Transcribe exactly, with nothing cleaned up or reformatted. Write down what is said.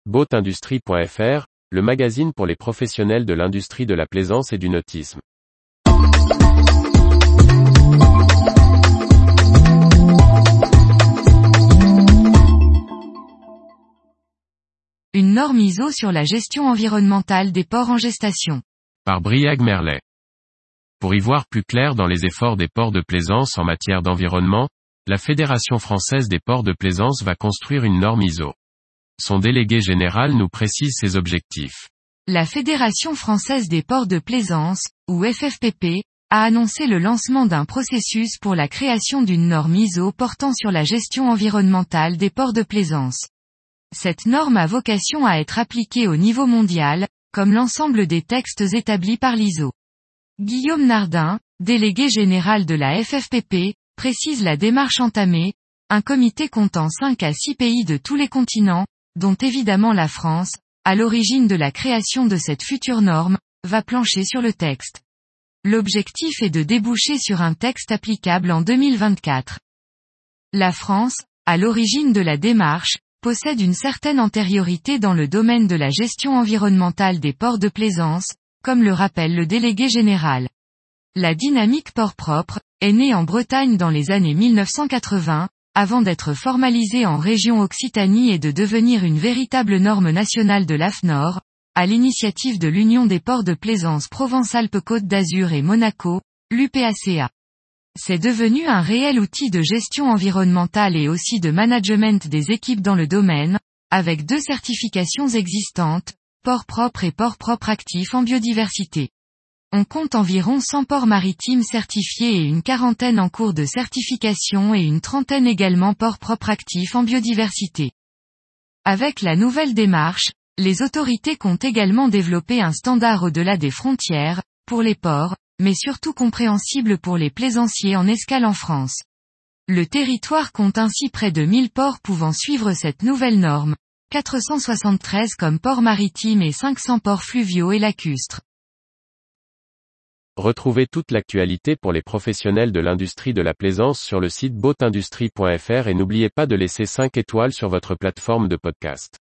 boatindustrie point f r, le magazine pour les professionnels de l'industrie de la plaisance et du nautisme. Une norme I S O sur la gestion environnementale des ports en gestation. Par Briag Merlet. Pour y voir plus clair dans les efforts des ports de plaisance en matière d'environnement, la Fédération française des ports de plaisance va construire une norme I S O. Son délégué général nous précise ses objectifs. La Fédération française des ports de plaisance, ou F F P P, a annoncé le lancement d'un processus pour la création d'une norme I S O portant sur la gestion environnementale des ports de plaisance. Cette norme a vocation à être appliquée au niveau mondial, comme l'ensemble des textes établis par l'I S O. Guillaume Nardin, délégué général de la F F P P, précise la démarche entamée, un comité comptant cinq à six pays de tous les continents, dont évidemment la France, à l'origine de la création de cette future norme, va plancher sur le texte. L'objectif est de déboucher sur un texte applicable en deux mille vingt-quatre. La France, à l'origine de la démarche, possède une certaine antériorité dans le domaine de la gestion environnementale des ports de plaisance, comme le rappelle le délégué général. La dynamique port propre est née en Bretagne dans les années mille neuf cent quatre-vingts, avant d'être formalisée en région Occitanie et de devenir une véritable norme nationale de l'A F N O R, à l'initiative de l'Union des ports de plaisance Provence-Alpes-Côte d'Azur et Monaco, l'U P A C A. C'est devenu un réel outil de gestion environnementale et aussi de management des équipes dans le domaine, avec deux certifications existantes, port propre et port propre actif en biodiversité. On compte environ cent ports maritimes certifiés et une quarantaine en cours de certification et une trentaine également ports propres actifs en biodiversité. Avec la nouvelle démarche, les autorités comptent également développer un standard au-delà des frontières, pour les ports, mais surtout compréhensible pour les plaisanciers en escale en France. Le territoire compte ainsi près de mille ports pouvant suivre cette nouvelle norme, quatre cent soixante-treize comme ports maritimes et cinq cents ports fluviaux et lacustres. Retrouvez toute l'actualité pour les professionnels de l'industrie de la plaisance sur le site boatindustrie point f r et n'oubliez pas de laisser cinq étoiles sur votre plateforme de podcast.